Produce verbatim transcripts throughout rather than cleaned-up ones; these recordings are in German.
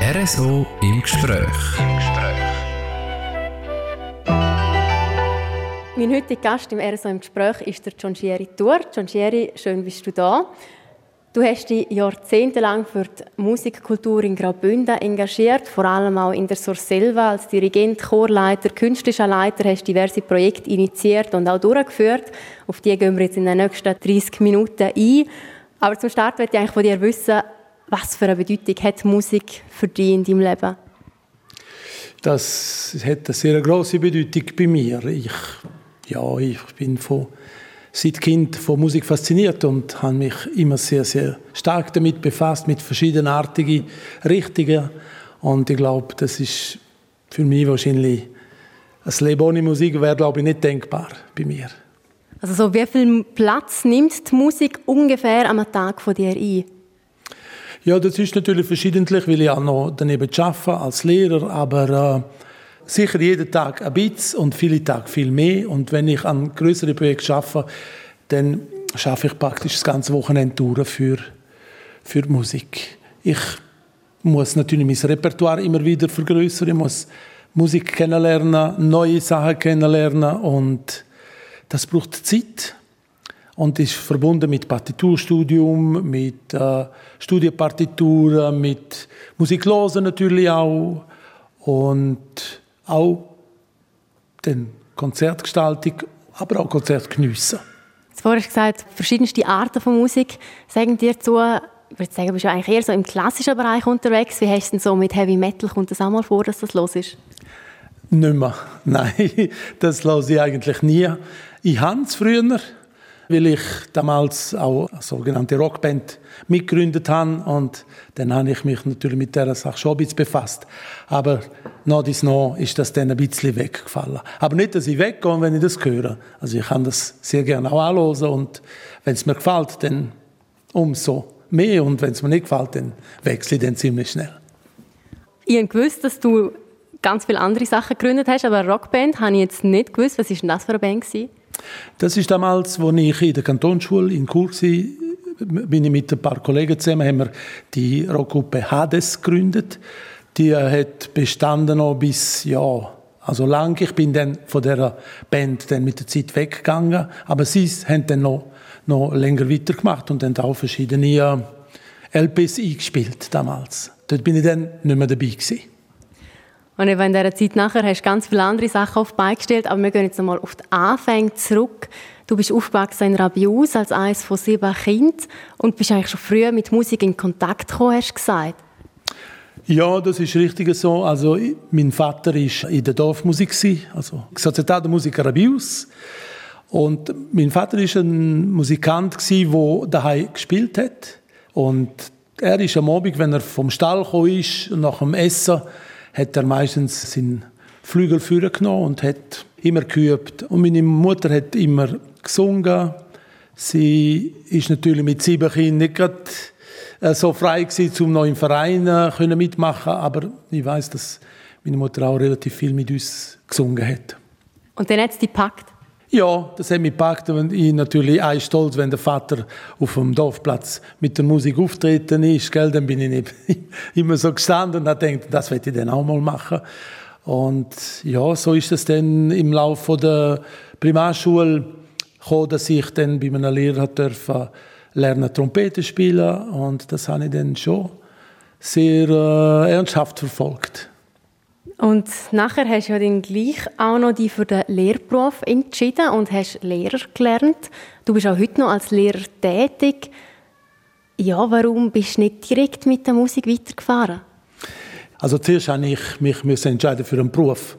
R S O im Gespräch. Mein heutiger Gast im R S O im Gespräch ist der Giangieri Tur. Giangieri, schön bist du da. Du hast dich jahrzehntelang für die Musikkultur in Graubünden engagiert, vor allem auch in der Surselva als Dirigent, Chorleiter, künstlerischer Leiter, hast diverse Projekte initiiert und auch durchgeführt. Auf die gehen wir jetzt in den nächsten dreißig Minuten ein. Aber zum Start möchte ich eigentlich von dir wissen, was für eine Bedeutung hat Musik für dich in deinem Leben? Das hat eine sehr grosse Bedeutung bei mir. Ich, ja, ich bin von seit Kind von Musik fasziniert und habe mich immer sehr, sehr stark damit befasst, mit verschiedenartigen Richtungen. Und ich glaube, das ist für mich wahrscheinlich, ein Leben ohne Musik wäre, glaube ich, nicht denkbar bei mir. Also so, wie viel Platz nimmt die Musik ungefähr am Tag von dir ein? Ja, das ist natürlich verschiedentlich, weil ich auch noch daneben arbeite als Lehrer, aber äh, sicher jeden Tag ein bisschen und viele Tage viel mehr. Und wenn ich an größere Projekte arbeite, dann arbeite ich praktisch das ganze Wochenende durch für, für die Musik. Ich muss natürlich mein Repertoire immer wieder vergrößern. Ich muss Musik kennenlernen, neue Sachen kennenlernen und das braucht Zeit und ist verbunden mit Partiturstudium, mit äh, Studienpartituren, mit Musik hören natürlich auch und auch den Konzertgestaltung, aber auch Konzert geniessen. Vorhin hast du gesagt, verschiedenste Arten von Musik sagen dir zu. Ich würde sagen, du bist ja eigentlich eher so im klassischen Bereich unterwegs. Wie hast du denn so mit Heavy Metal? Kommt das auch mal vor, dass das los ist? Nicht mehr. Nein, das höre ich eigentlich nie. Ich habe es früher, weil ich damals auch eine sogenannte Rockband mitgegründet habe und dann habe ich mich natürlich mit dieser Sache schon ein bisschen befasst. Aber noch dies noch ist das dann ein bisschen weggefallen. Aber nicht, dass ich weggehe, wenn ich das höre. Also ich kann das sehr gerne auch anhören und wenn es mir gefällt, dann umso mehr und wenn es mir nicht gefällt, dann wechsle ich dann ziemlich schnell. Ich habe gewusst, dass du ganz viele andere Sachen gegründet hast, aber eine Rockband habe ich jetzt nicht gewusst. Was war denn das für eine Band? Das ist damals, als ich in der Kantonsschule in Chur war, bin ich mit ein paar Kollegen zusammen, haben wir die Rockgruppe Hades gegründet. Die hat bestanden noch bis, ja, also lang. Ich bin dann von dieser Band dann mit der Zeit weggegangen, aber sie haben dann noch, noch länger weitergemacht und dann auch verschiedene L Ps eingespielt damals. Dort bin ich dann nicht mehr dabei gewesen. Und eben in dieser Zeit nachher hast du ganz viele andere Sachen auf die Beine gestellt, aber wir gehen jetzt einmal auf die Anfänge zurück. Du bist aufgewachsen in Rabius als eines von sieben Kindern und bist eigentlich schon früh mit Musik in Kontakt gekommen, hast du gesagt. Ja, das ist richtig so. Also, mein Vater war in der Dorfmusik, also Società Rabius. Und mein Vater war ein Musikant, der daheim gespielt hat. Und er ist am Abend, wenn er vom Stall gekommen ist, nach dem Essen, hat er meistens seinen Flügel vorgenommen und hat immer geübt. Und meine Mutter hat immer gesungen. Sie ist natürlich mit sieben Kindern nicht gerade so frei gewesen, um noch im Verein mitmachen, aber ich weiss, dass meine Mutter auch relativ viel mit uns gesungen hat. Und dann hat es dich gepackt? Ja, das hat mich gepackt und ich natürlich auch stolz, wenn der Vater auf dem Dorfplatz mit der Musik auftreten ist, gell, dann bin ich nicht immer so gestanden und habe gedacht, das werde ich dann auch mal machen. Und ja, so ist es dann im Laufe der Primarschule gekommen, dass ich dann bei einem Lehrer durfte lernen Trompete spielen und das habe ich dann schon sehr äh, ernsthaft verfolgt. Und nachher hast du ja dann gleich auch noch dich für den Lehrberuf entschieden und hast Lehrer gelernt. Du bist auch heute noch als Lehrer tätig. Ja, warum bist du nicht direkt mit der Musik weitergefahren? Also zuerst musste ich mich entscheiden für einen Beruf.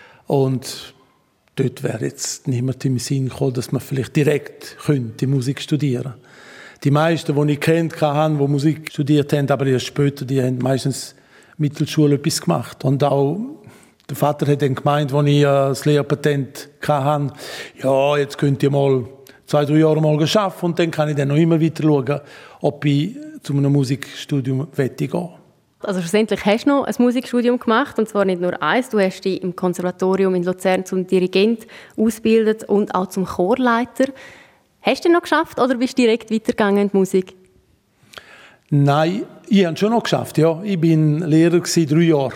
Und dort wäre jetzt niemand in den Sinn gekommen, dass man vielleicht direkt die Musik studieren könnte. Die meisten, die ich kennt haben, die Musik studiert haben, aber erst später, die haben meistens Mittelschule etwas gemacht. Und auch der Vater hat dann gemeint, als ich das Lehrpatent hatte, ja, jetzt könnt ihr mal zwei, drei Jahre mal arbeiten und dann kann ich dann noch immer weiter schauen, ob ich zu einem Musikstudium gehen will. Also schlussendlich hast du noch ein Musikstudium gemacht, und zwar nicht nur eins. Du hast dich im Konservatorium in Luzern zum Dirigent ausgebildet und auch zum Chorleiter. Hast du noch geschafft oder bist du direkt weitergegangen in die Musik? Nein, ich habe es schon noch geschafft. Ja. Ich war Lehrer gewesen, drei Jahre.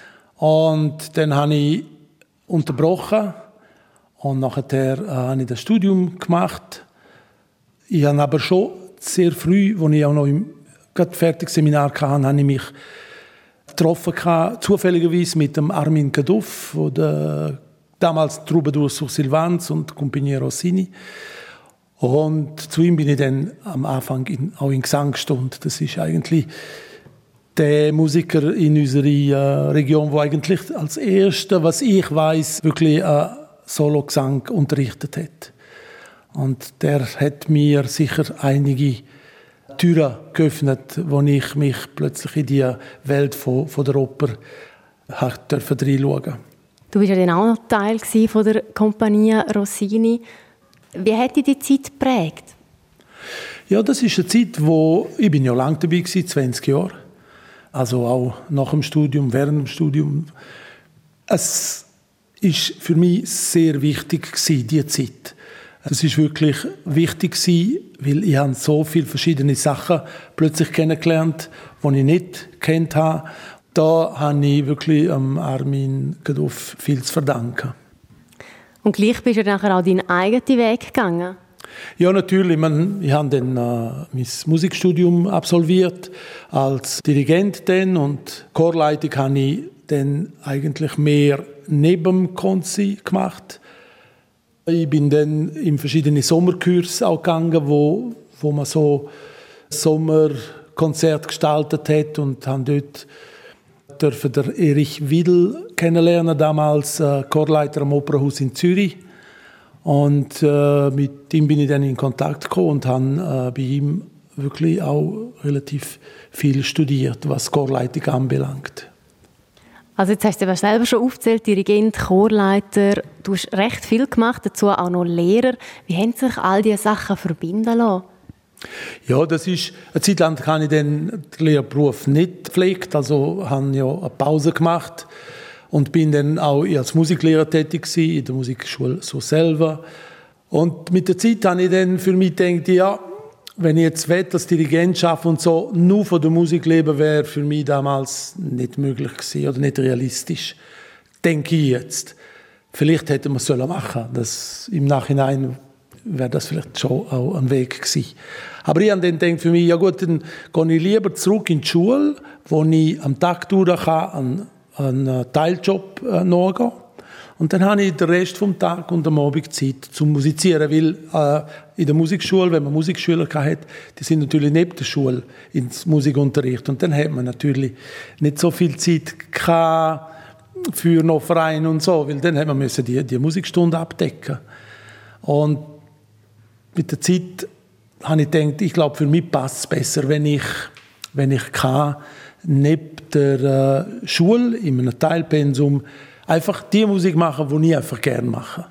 Und dann habe ich unterbrochen und nachher äh, habe ich das Studium gemacht. Ich habe aber schon sehr früh, als ich auch noch im fertiges Seminar hatte, habe ich mich getroffen, zufälligerweise mit dem Armin Kaduff, der damals Troubadour sur Sylvans und Compagnie Rossini. Und zu ihm bin ich dann am Anfang in, auch in Gesangsstunde. Das ist eigentlich der Musiker in unserer äh, Region, der eigentlich als erster, was ich weiß, wirklich äh, Solo-Gesang unterrichtet hat. Und der hat mir sicher einige Türen geöffnet, wo ich mich plötzlich in die Welt von, von der Oper reinschauen durfte. Du warst ja dann auch noch Teil von der Compagnie Rossini. Wie hat dich die Zeit geprägt? Ja, das ist eine Zeit, wo ich bin ja lange dabei war, zwanzig Jahre. Also auch nach dem Studium, während dem Studium. Es war für mich sehr wichtig, diese Zeit. Es war wirklich wichtig, weil ich habe so viele verschiedene Sachen plötzlich kennengelernt, die ich nicht gekannt habe. Da habe ich wirklich Armin Kaduff viel zu verdanken. Und gleich bist du nachher auch deinen eigenen Weg gegangen? Ja, natürlich. Ich habe dann äh, mein Musikstudium absolviert als Dirigent dann, und Chorleitung habe ich dann eigentlich mehr neben dem Konzi gemacht. Ich bin dann in verschiedene Sommerkurse auch gegangen, wo, wo man so Sommerkonzerte gestaltet hat, und haben dort dürfen der Erich Widl kennenlernen, damals äh, Chorleiter am Opernhaus in Zürich. Und äh, mit ihm bin ich dann in Kontakt gekommen und habe äh, bei ihm wirklich auch relativ viel studiert, was Chorleitung anbelangt. Also jetzt hast du aber selber schon aufgezählt, Dirigent, Chorleiter, du hast recht viel gemacht, dazu auch noch Lehrer. Wie haben sich all diese Sachen verbinden lassen? Ja, das ist, eine Zeit lang habe ich dann den Lehrberuf nicht gepflegt, also habe ja eine Pause gemacht und bin dann auch als Musiklehrer tätig gewesen, in der Musikschule so selber. Und mit der Zeit habe ich dann für mich gedacht, ja, wenn ich jetzt als Dirigent arbeite und so nur von der Musik leben, wäre für mich damals nicht möglich gewesen oder nicht realistisch. Denke ich jetzt. Vielleicht hätte man es machen sollen. Das im Nachhinein wäre das vielleicht schon auch ein Weg gewesen. Aber ich habe dann gedacht für mich, ja gut, dann gehe ich lieber zurück in die Schule, wo ich am Tag durch kann, einen, einen Teiljob äh, nachgehen. Und dann habe ich den Rest des Tages und am Abend Zeit zum Musizieren, weil äh, in der Musikschule, wenn man Musikschüler hat, die sind natürlich neben der Schule ins Musikunterricht. Und dann hat man natürlich nicht so viel Zeit gehabt für noch Vereine und so, weil dann hat man müssen die, die Musikstunde abdecken. Und mit der Zeit habe ich gedacht, ich glaube, für mich passt es besser, wenn ich, wenn ich kann, neben der äh, Schule in einem Teilpensum einfach die Musik machen, die ich einfach gerne mache.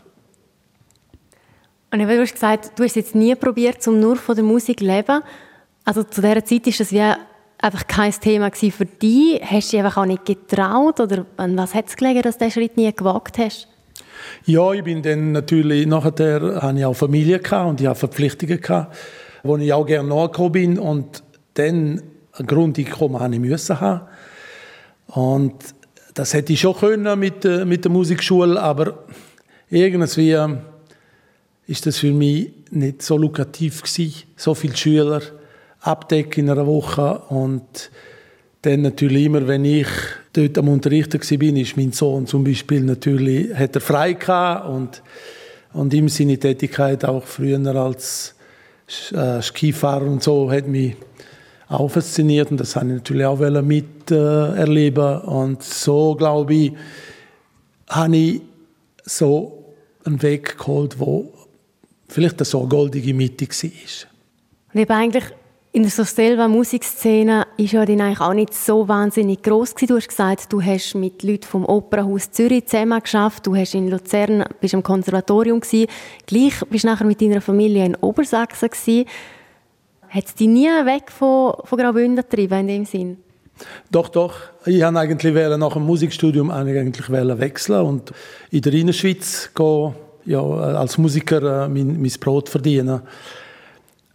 Und du hast gesagt, du hast jetzt nie probiert, um nur von der Musik zu leben. Also zu dieser Zeit war das wie einfach kein Thema für dich. Hast du dich einfach auch nicht getraut? Oder an was hat es gelegen, dass du diesen Schritt nie gewagt hast? Ja, ich bin dann natürlich, nachher hatte ich auch Familie gehabt und ich hatte Verpflichtungen gehabt, wo ich auch gerne nachgekommen bin. Und dann ein Grundeinkommen habe ich müssen haben. Und das hätte ich schon können mit, äh, mit der Musikschule, aber irgendwie äh, ist das für mich nicht so lukrativ gewesen, so viele Schüler abdecken in einer Woche. Und dann natürlich immer, wenn ich dort am Unterrichten war, ist mein Sohn zum Beispiel natürlich, hat er frei gehabt und, und ihm seine Tätigkeit auch früher als äh, Skifahrer und so hat mich auch fasziniert, und das wollte ich natürlich auch miterleben. Äh, und so, glaube ich, habe ich so einen Weg geholt, wo vielleicht so eine goldige Mitte war. Und eben eigentlich in der Soselva Musikszene ist ja dann eigentlich auch nicht so wahnsinnig gross gewesen. Du hast gesagt, du hast mit Leuten vom Opernhaus Zürich zusammen geschafft, du hast in Luzern, bist am Konservatorium gewesen. Gleich bist du nachher mit deiner Familie in Obersachsen gewesen. Hat es dich nie weg von, von Graubünden getrieben in dem Sinn? Doch, doch. Ich wollte eigentlich nach dem Musikstudium eigentlich wechseln und in der Innerschweiz gehen, ja, als Musiker mein, mein Brot verdienen.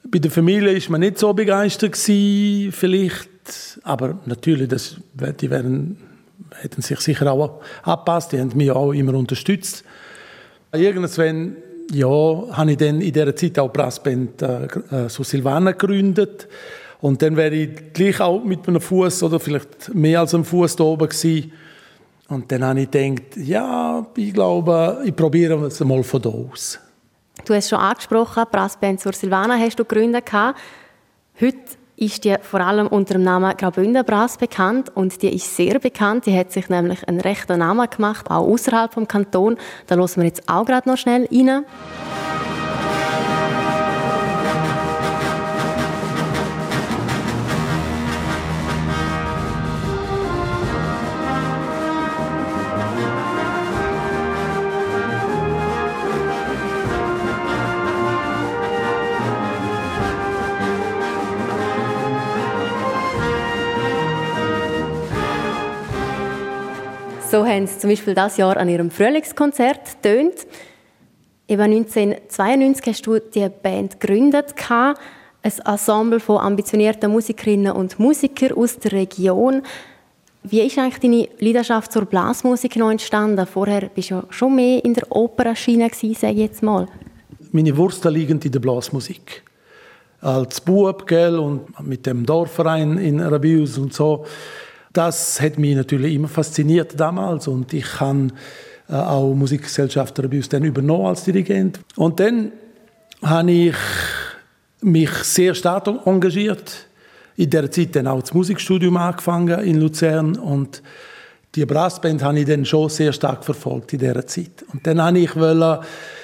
Bei der Familie ist man nicht so begeistert gewesen, vielleicht, aber natürlich, das, die wären, hätten sich sicher auch angepasst, die haben mich auch immer unterstützt. Irgendwann, ja, habe ich dann in dieser Zeit auch Brassband äh, so Silvana gegründet. Und dann wäre ich gleich auch mit einem Fuß oder vielleicht mehr als einem Fuß da oben gewesen. Und dann habe ich gedacht, ja, ich glaube, ich probiere es mal von da aus. Du hast schon angesprochen, Brassband zur Silvana hast du gegründet. Heute ist die vor allem unter dem Namen Graubünden Brass bekannt und die ist sehr bekannt. Die hat sich nämlich einen rechten Namen gemacht, auch außerhalb vom Kanton. Da hören wir jetzt auch gerade noch schnell rein. So haben sie zum Beispiel dieses Jahr an ihrem Frühlingskonzert getönt. Eben neunzehnhundertzweiundneunzig hast du die Band gegründet. Ein Ensemble von ambitionierten Musikerinnen und Musikern aus der Region. Wie ist eigentlich deine Leidenschaft zur Blasmusik noch entstanden? Vorher warst du ja schon mehr in der Operaschiene, sage ich jetzt mal. Meine Wurzeln liegen in der Blasmusik. Als Bub, gell, und mit dem Dorfverein in Rabius und so. Das hat mich natürlich immer fasziniert damals und ich habe äh, auch Musikgesellschaft Rabius dann übernommen als Dirigent. Und dann habe ich mich sehr stark engagiert. In dieser Zeit dann auch das Musikstudium angefangen in Luzern und die Brassband habe ich dann schon sehr stark verfolgt in dieser Zeit. Und dann wollte ich wollen,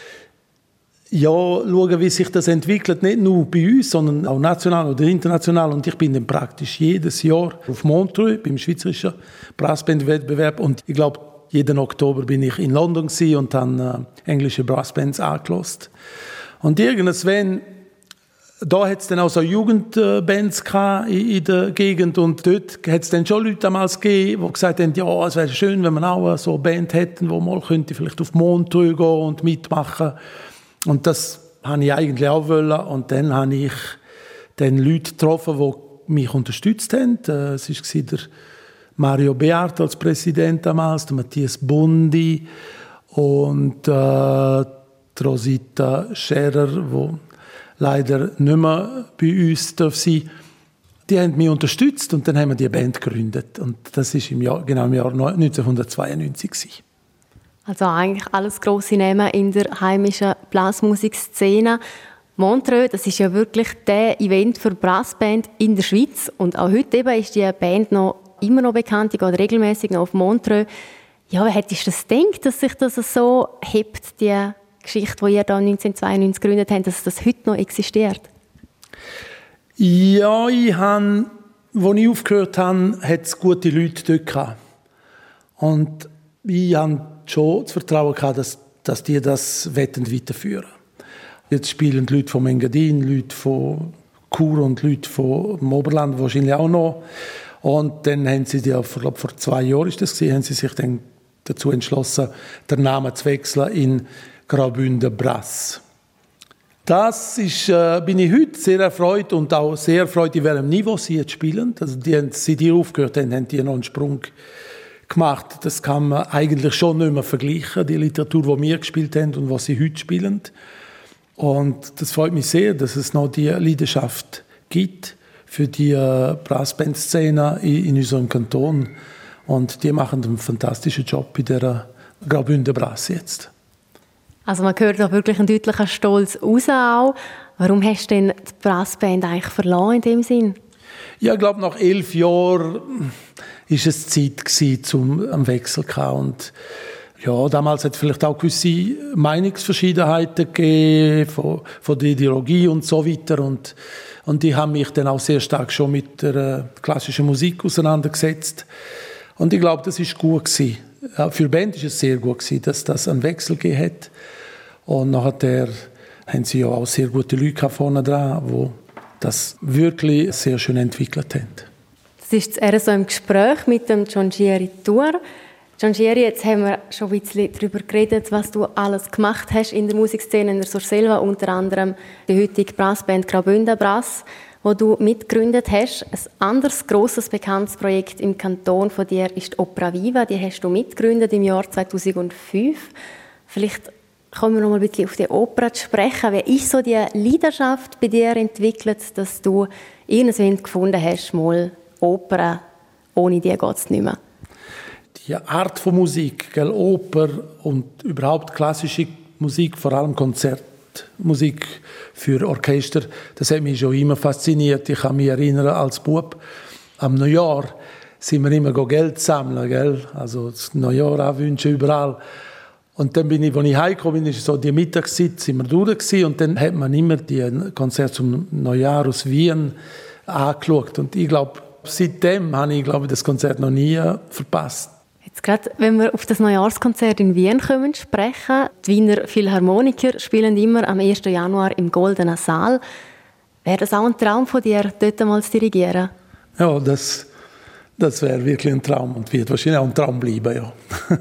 ja, schauen, wie sich das entwickelt, nicht nur bei uns, sondern auch national oder international. Und ich bin dann praktisch jedes Jahr auf Montreux beim Schweizerischen Brassband-Wettbewerb. Und ich glaube, jeden Oktober bin ich in London und habe äh, englische Brassbands angehört. Und irgendwann, da hat es dann auch so Jugendbands in, in der Gegend. Und dort hat es dann schon Leute damals gegeben, die gesagt haben, ja, es wäre schön, wenn wir auch so eine Band hätten, die mal könnte vielleicht auf Montreux gehen und mitmachen. Und das wollte ich eigentlich auch wollen. Und dann habe ich dann Leute getroffen, die mich unterstützt haben. Es war der Mario Beart als Präsident damals, der Matthias Bundi und äh, die Rosita Scherer, die leider nicht mehr bei uns sein darf. Die haben mich unterstützt und dann haben wir die Band gegründet. Und das war im Jahr, genau im Jahr neunzehnhundertzweiundneunzig gewesen. Also eigentlich alles grosse Namen in der heimischen Blasmusikszene. Montreux, das ist ja wirklich der Event für Brassband in der Schweiz. Und auch heute eben ist die Band noch immer noch bekannt, die geht regelmäßig noch auf Montreux. Ja, wie hättest du das gedacht, dass sich das so hebt, die Geschichte, die ihr da neunzehnhundertzweiundneunzig gegründet habt, dass das heute noch existiert? Ja, ich habe, als ich aufgehört habe, hat es gute Leute dort gehabt. Und ich habe schon das Vertrauen gehabt, dass, dass die das weiterführen. Jetzt spielen Leute vom Engadin, Leute von Chur und Leute vom Oberland wahrscheinlich auch noch. Und dann haben sie, ja, ich glaube, vor zwei Jahren ist das gewesen, haben sie sich dann dazu entschlossen, den Namen zu wechseln in Graubünden Brass. Das ist, äh, bin ich heute sehr erfreut und auch sehr erfreut, in welchem Niveau sie jetzt spielen. Also die, seit die aufgehört haben, haben die noch einen Sprung gemacht. Das kann man eigentlich schon nicht mehr vergleichen, die Literatur, die wir gespielt haben und was sie heute spielen. Und das freut mich sehr, dass es noch die Leidenschaft gibt für die äh, Brassband-Szene in, in unserem Kanton. Und die machen einen fantastischen Job bei der Graubünden Brass jetzt. Also man hört da wirklich einen deutlichen Stolz raus auch. Warum hast du denn die Brassband eigentlich verloren in dem Sinn? Ja, ich glaube, nach elf Jahren war es Zeit gewesen, zum am Wechsel zu kommen. Und ja, damals hat es vielleicht auch gewisse Meinungsverschiedenheiten gegeben von, von der Ideologie und so weiter. Und, und ich habe mich dann auch sehr stark schon mit der äh, klassischen Musik auseinandergesetzt. Und ich glaube, das ist gut gewesen. Ja, für die Band ist es sehr gut gewesen, dass das einen Wechsel gegeben hat. Und nachher haben sie ja auch sehr gute Leute vorne dran, die das wirklich sehr schön entwickelt haben. Das ist eher so im Gespräch mit dem Giangieri Tuor. Giangieri, jetzt haben wir schon ein bisschen darüber geredet, was du alles gemacht hast in der Musikszene in der Surselva, unter anderem die heutige Brassband Graubünden Brass, wo du mitgegründet hast. Ein anderes grosses, bekanntes Projekt im Kanton von dir ist die Opera Viva. Die hast du mitgegründet im Jahr zweitausendfünf. Vielleicht kommen wir noch mal ein bisschen auf die Oper zu sprechen. Wie ist so die Leidenschaft bei dir entwickelt, dass du irgendwann gefunden hast, mal Oper, ohne die geht es nicht mehr? Die Art von Musik, gell, Oper und überhaupt klassische Musik, vor allem Konzertmusik für Orchester, das hat mich schon immer fasziniert. Ich kann mich erinnern, als Bub am Neujahr sind wir immer Geld sammeln, gell? Also das Neujahr anwünschen überall. Und dann bin ich, als ich heimgekommen bin, ist so die Mittagszeit, sind wir durch gewesen, und dann hat man immer die Konzerte zum Neujahr aus Wien angeschaut. Und ich glaube, seitdem habe ich, glaube ich, das Konzert noch nie verpasst. Jetzt gerade, wenn wir auf das Neujahrskonzert in Wien kommen, sprechen, die Wiener Philharmoniker spielen immer am ersten Januar im Goldenen Saal. Wäre das auch ein Traum von dir, dort mal zu dirigieren? Ja, das, das wäre wirklich ein Traum und wird wahrscheinlich auch ein Traum bleiben, ja.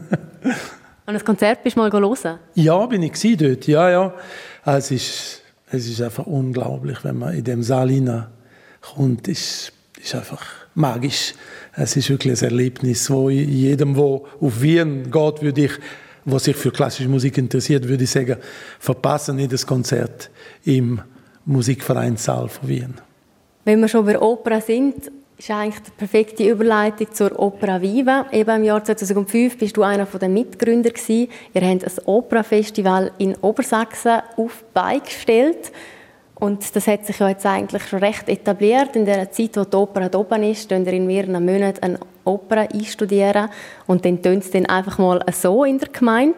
Und das Konzert bist du mal hören? Ja, bin ich dort, ja, ja. Es ist, es ist einfach unglaublich, wenn man in dem Saal hineinkommt. Es ist einfach magisch. Es ist wirklich ein Erlebnis, wo jedem, der auf Wien geht, würde ich, der sich für klassische Musik interessiert, würde ich sagen, verpassen nicht das Konzert im Musikvereinssaal von Wien. Wenn wir schon bei Opera sind, ist eigentlich die perfekte Überleitung zur Opera Viva. Eben im Jahr zweitausendfünf bist du einer der Mitgründer gewesen. Ihr habt ein Operafestival in Obersachsen auf die Beine gestellt. Und das hat sich ja jetzt eigentlich schon recht etabliert. In der Zeit, wo die Oper da oben ist, studieren ihr in mehreren Monaten eine Oper einstudieren. Und dann tönt es dann einfach mal so in der Gemeinde.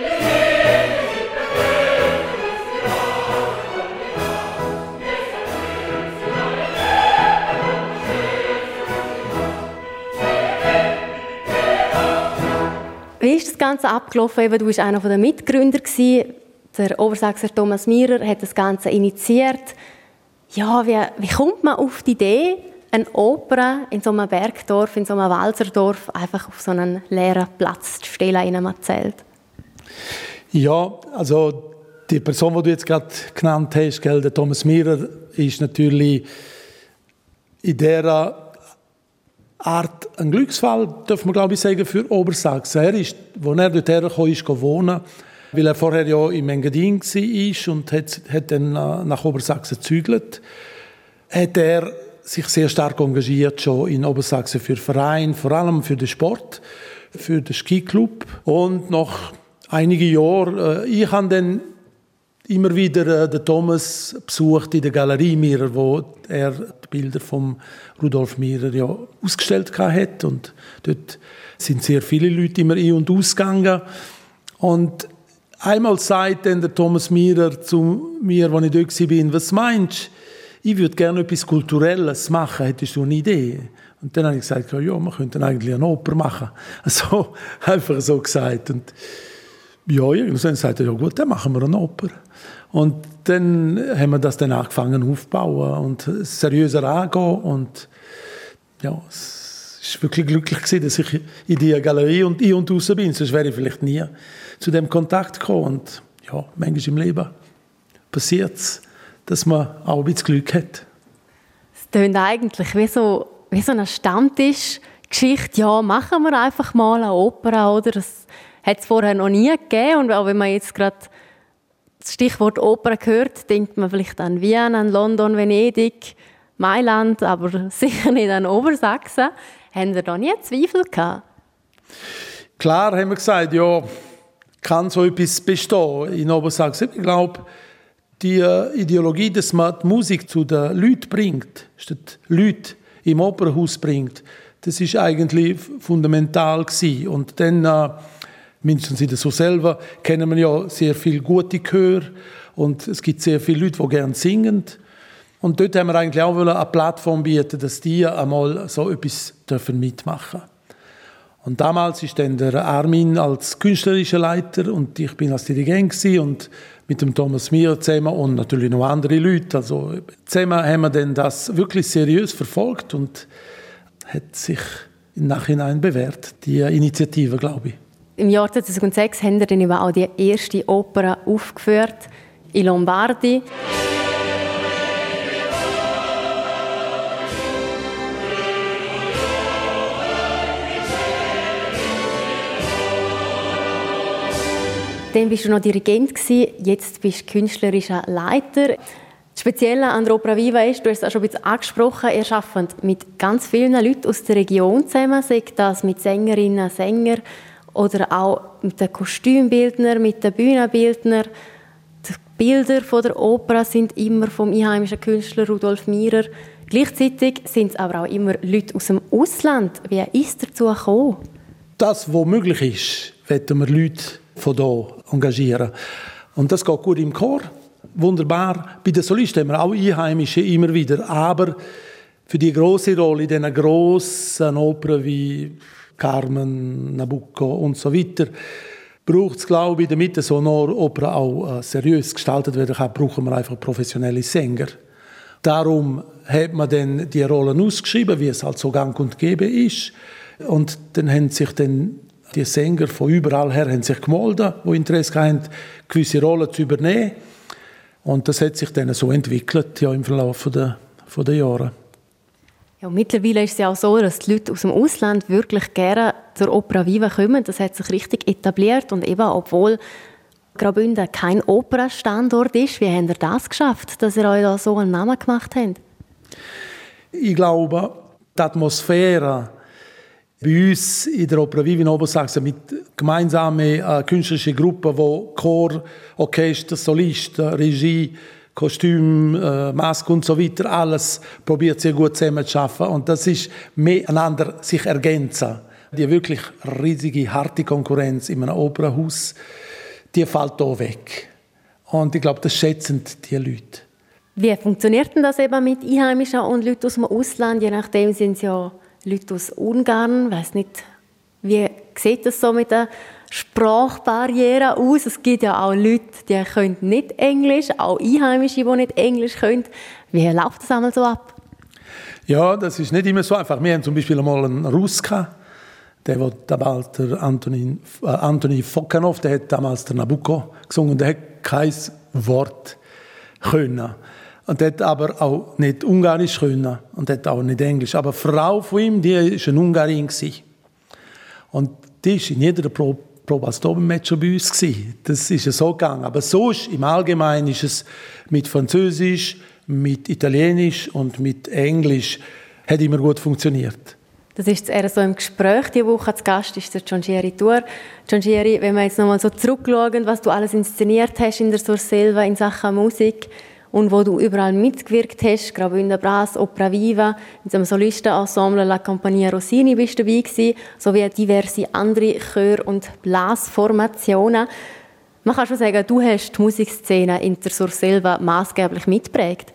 Wie ist das Ganze abgelaufen? Eben, du warst einer der Mitgründer gewesen. Der Obersachser Thomas Mierer hat das Ganze initiiert. Ja, wie, wie kommt man auf die Idee, eine Oper in so einem Bergdorf, in so einem Walserdorf einfach auf so einen leeren Platz zu stellen in einem Zelt? Ja, also die Person, die du jetzt gerade genannt hast, gell, der Thomas Mierer, ist natürlich in dieser Art ein Glücksfall, darf man glaube ich sagen, für Obersachsen. Er ist, als er dort hergekommen ist, wohnen, weil er vorher ja im Engadin war und hat, hat dann nach Obersachsen gezügelt, hat er sich sehr stark engagiert schon in Obersachsen für Vereine, vor allem für den Sport, für den Skiclub. Und nach einigen Jahren, äh, ich habe dann immer wieder äh, den Thomas besucht in der Galerie Mierer, wo er die Bilder von Rudolf Mierer ja ausgestellt hat. Und dort sind sehr viele Leute immer ein- und ausgegangen. Und einmal sagt dann der Thomas Mierer zu mir, als ich dort war, was meinst du? Ich würde gerne etwas Kulturelles machen, hättest du eine Idee? Und dann habe ich gesagt, ja, wir könnten eigentlich eine Oper machen. Also, einfach so gesagt. Und ja, irgendwann sagte er, ja gut, dann machen wir eine Oper. Und dann haben wir das dann angefangen aufzubauen und seriöser angehen. Und ja, es war wirklich glücklich gewesen, dass ich in dieser Galerie und ein- und raus bin. Sonst wäre ich vielleicht nie zu dem Kontakt gekommen. Und ja, manchmal im Leben passiert es, dass man auch ein bisschen Glück hat. Es klingt eigentlich wie so, wie so eine Stammtischgeschichte. Ja, machen wir einfach mal eine Oper, oder? Das hat es vorher noch nie gegeben. Und auch wenn man jetzt gerade das Stichwort Oper hört, denkt man vielleicht an Wien, an London, Venedig, Mailand, aber sicher nicht an Obersachsen. Haben Sie da nie Zweifel gehabt? Klar haben wir gesagt, ja, kann so etwas bestehen in Obersachsen. Ich glaube, die Ideologie, dass man die Musik zu den Leuten bringt, statt Leute im Opernhaus bringt, das ist eigentlich fundamental gewesen. Und dann, äh, mindestens in der Surselva, kennen wir ja sehr viele gute Chöre und es gibt sehr viele Leute, die gerne singen. Und dort haben wir eigentlich auch eine Plattform bieten, dass die einmal so etwas mitmachen dürfen. Und damals ist dann der Armin als künstlerischer Leiter und ich bin als Dirigent gewesen und mit dem Thomas Mierer zusammen und natürlich noch andere Leute. Also zusammen haben wir dann das wirklich seriös verfolgt und hat sich im Nachhinein bewährt, die Initiative, glaube ich. Im Jahr zweitausendsechs haben wir dann eben auch die erste Oper aufgeführt, in Lombardi. Dann warst du noch Dirigent, jetzt bist du künstlerischer Leiter. Das Spezielle an der Opera Viva ist, du hast es auch schon ein bisschen angesprochen, ihr arbeitet mit ganz vielen Leuten aus der Region zusammen, sei das mit Sängerinnen und Sängern oder auch mit den Kostümbildnern, mit den Bühnenbildnern. Die Bilder von der Oper sind immer vom einheimischen Künstler Rudolf Mihrer. Gleichzeitig sind es aber auch immer Leute aus dem Ausland. Wie ist es dazu gekommen? Das, was möglich ist, wollen wir Leute von hier engagieren. Und das geht gut im Chor. Wunderbar. Bei den Solisten haben wir auch Einheimische immer wieder. Aber für die grosse Rolle in diesen grossen Opern wie Carmen, Nabucco und so weiter braucht es, glaube ich, damit so eine Oper auch äh, seriös gestaltet werden kann, brauchen wir einfach professionelle Sänger. Darum hat man dann die Rollen ausgeschrieben, wie es halt so gang und gäbe ist. Und dann haben sich dann die Sänger von überall her haben sich gemeldet, die Interesse haben, gewisse Rollen zu übernehmen. Und das hat sich dann so entwickelt ja, im Verlauf der, der Jahre. Ja, mittlerweile ist es ja auch so, dass die Leute aus dem Ausland wirklich gerne zur Opera Viva kommen. Das hat sich richtig etabliert. Und eben, obwohl Graubünden kein Opernstandort ist, wie habt ihr das geschafft, dass ihr euch da so einen Namen gemacht habt? Ich glaube, die Atmosphäre bei uns in der Opera Viva in Obersachsen mit gemeinsamen äh, künstlerischen Gruppen, wo Chor, Orchester, Solisten, Regie, Kostüm, äh, Maske und so weiter, alles probiert sehr gut zusammen zu arbeiten. Und das ist miteinander sich ergänzen. Die wirklich riesige, harte Konkurrenz in einem Opernhaus, die fällt hier weg. Und ich glaube, das schätzen die Leute. Wie funktioniert denn das eben mit Einheimischen und Leuten aus dem Ausland? Je nachdem sind es ja Leute aus Ungarn. Ich weiss nicht, wie sieht das so mit der Sprachbarriere aus? Es gibt ja auch Leute, die können nicht Englisch, auch Einheimische, die nicht Englisch können. Wie läuft das einmal so ab? Ja, das ist nicht immer so einfach. Wir haben zum Beispiel einmal einen Russ gehabt, der war damals der Antonin, äh, Antoni Fokanov, der hat damals der Nabucco gesungen und der hat kein Wort können. Und der hat aber auch nicht Ungarisch können und hat auch nicht Englisch. Aber die Frau von ihm, die war eine Ungarin. Und die war in jeder Probe, Probe als Dobenmatcher bei uns. Das ist so gegangen. Aber sonst, im Allgemeinen, ist es mit Französisch, mit Italienisch und mit Englisch hat immer gut funktioniert. Das ist eher so im Gespräch diese Woche. Zu Gast ist der Giangieri Tuor. Giangieri, wenn wir jetzt nochmal so zurückschauen, was du alles inszeniert hast in der Surselva in Sachen Musik und wo du überall mitgewirkt hast, Graubünden Brass, Opera Viva, in einem Solistenensemble La Compagnia Rossini bist du dabei gewesen, sowie diverse andere Chör- und Blasformationen. Man kann schon sagen, du hast die Musikszene in der Surselva maßgeblich mitgeprägt.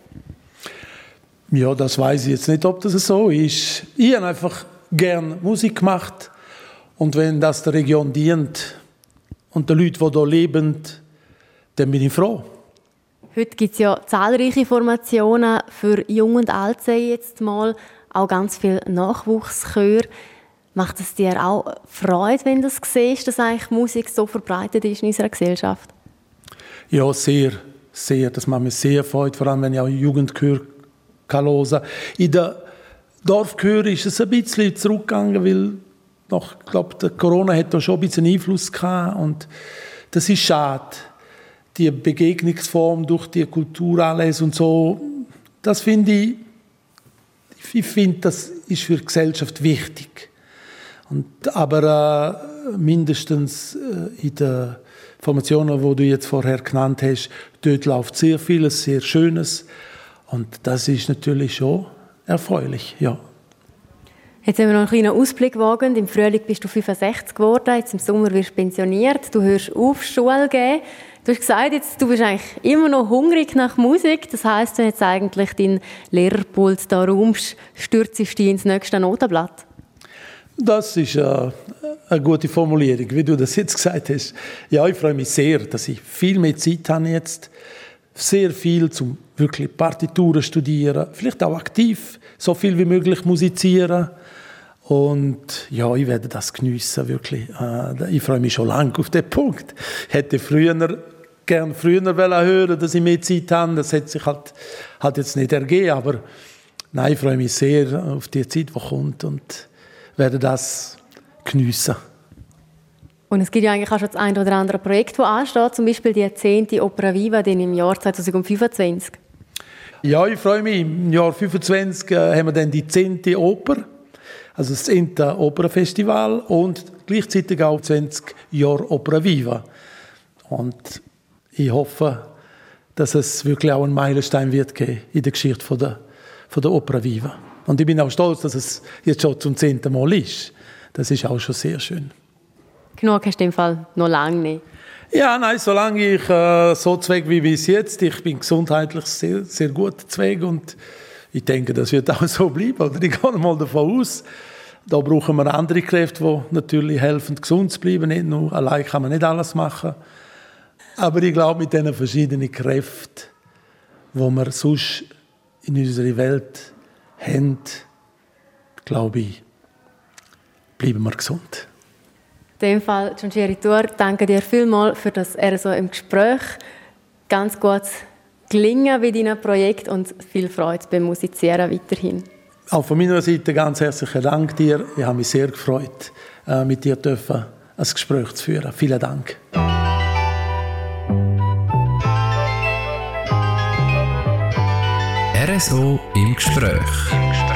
Ja, das weiß ich jetzt nicht, ob das so ist. Ich habe einfach gerne Musik gemacht und wenn das der Region dient und den Leuten, die hier leben, dann bin ich froh. Heute gibt es ja zahlreiche Formationen für Jung und Alt, jetzt mal, auch ganz viel Nachwuchschör. Macht es dir auch Freude, wenn du das siehst, dass eigentlich Musik so verbreitet ist in unserer Gesellschaft? Ja, sehr, sehr. Das macht mir sehr Freude, vor allem wenn ich auch Jugendchör hören kann. In der Dorfchör ist es ein bisschen zurückgegangen, weil noch, ich glaube, der Corona hat da schon ein bisschen Einfluss gehabt und das ist schade. Die Begegnungsform durch die Kulturanlässe und so, das finde ich, ich finde, das ist für die Gesellschaft wichtig. Und, aber äh, mindestens äh, in den Formationen, die du jetzt vorher genannt hast, dort läuft sehr vieles, sehr Schönes. Und das ist natürlich schon erfreulich, ja. Jetzt haben wir noch einen kleinen Ausblick wagen. Im Frühling bist du fünfundsechzig geworden, jetzt im Sommer wirst du pensioniert, du hörst auf, Schule geben. Du hast gesagt, jetzt, du bist eigentlich immer noch hungrig nach Musik. Das heisst, wenn jetzt eigentlich deinen Lehrerpult da rumst, stürzt du dich ins nächste Notenblatt? Das ist äh, eine gute Formulierung, wie du das jetzt gesagt hast. Ja, ich freue mich sehr, dass ich viel mehr Zeit habe jetzt. Sehr viel zum wirklich Partituren studieren, vielleicht auch aktiv, so viel wie möglich musizieren. Und ja, ich werde das geniessen, wirklich. Ich freue mich schon lange auf den Punkt. Ich hätte früher, gern früher hören, dass ich mehr Zeit habe. Das hat sich halt, halt jetzt nicht ergeben. Aber nein, ich freue mich sehr auf die Zeit, die kommt und werde das geniessen. Und es gibt ja eigentlich auch schon das ein oder andere Projekt, das ansteht, zum Beispiel die zehnte Opera Viva dann im Jahr zwanzig fünfundzwanzig. Ja, ich freue mich. Im Jahr fünfundzwanzig äh, haben wir dann die zehnte Oper, also das zehnte Opernfestival und gleichzeitig auch zwanzig Jahre Opera Viva. Und ich hoffe, dass es wirklich auch einen Meilenstein wird geben in der Geschichte von der, von der Opera Viva. Und ich bin auch stolz, dass es jetzt schon zum zehnten Mal ist. Das ist auch schon sehr schön. Genug hast du im Fall noch lange nicht. Ja, nein, solange ich äh, so zweig wie bis jetzt, ich bin gesundheitlich sehr, sehr gut zweig und ich denke, das wird auch so bleiben. Oder ich gehe mal davon aus, da brauchen wir andere Kräfte, die natürlich helfen, gesund zu bleiben. Nicht nur allein kann man nicht alles machen. Aber ich glaube, mit diesen verschiedenen Kräften, die wir sonst in unserer Welt haben, glaube ich, bleiben wir gesund. In dem Fall, Giangieri Tuor, danke dir vielmals für das R S O im Gespräch. Ganz gutes Gelingen bei deinem Projekt und viel Freude beim Musizieren weiterhin. Auch von meiner Seite ganz herzlichen Dank dir. Ich habe mich sehr gefreut, mit dir ein Gespräch zu führen. Vielen Dank. R S O im Gespräch.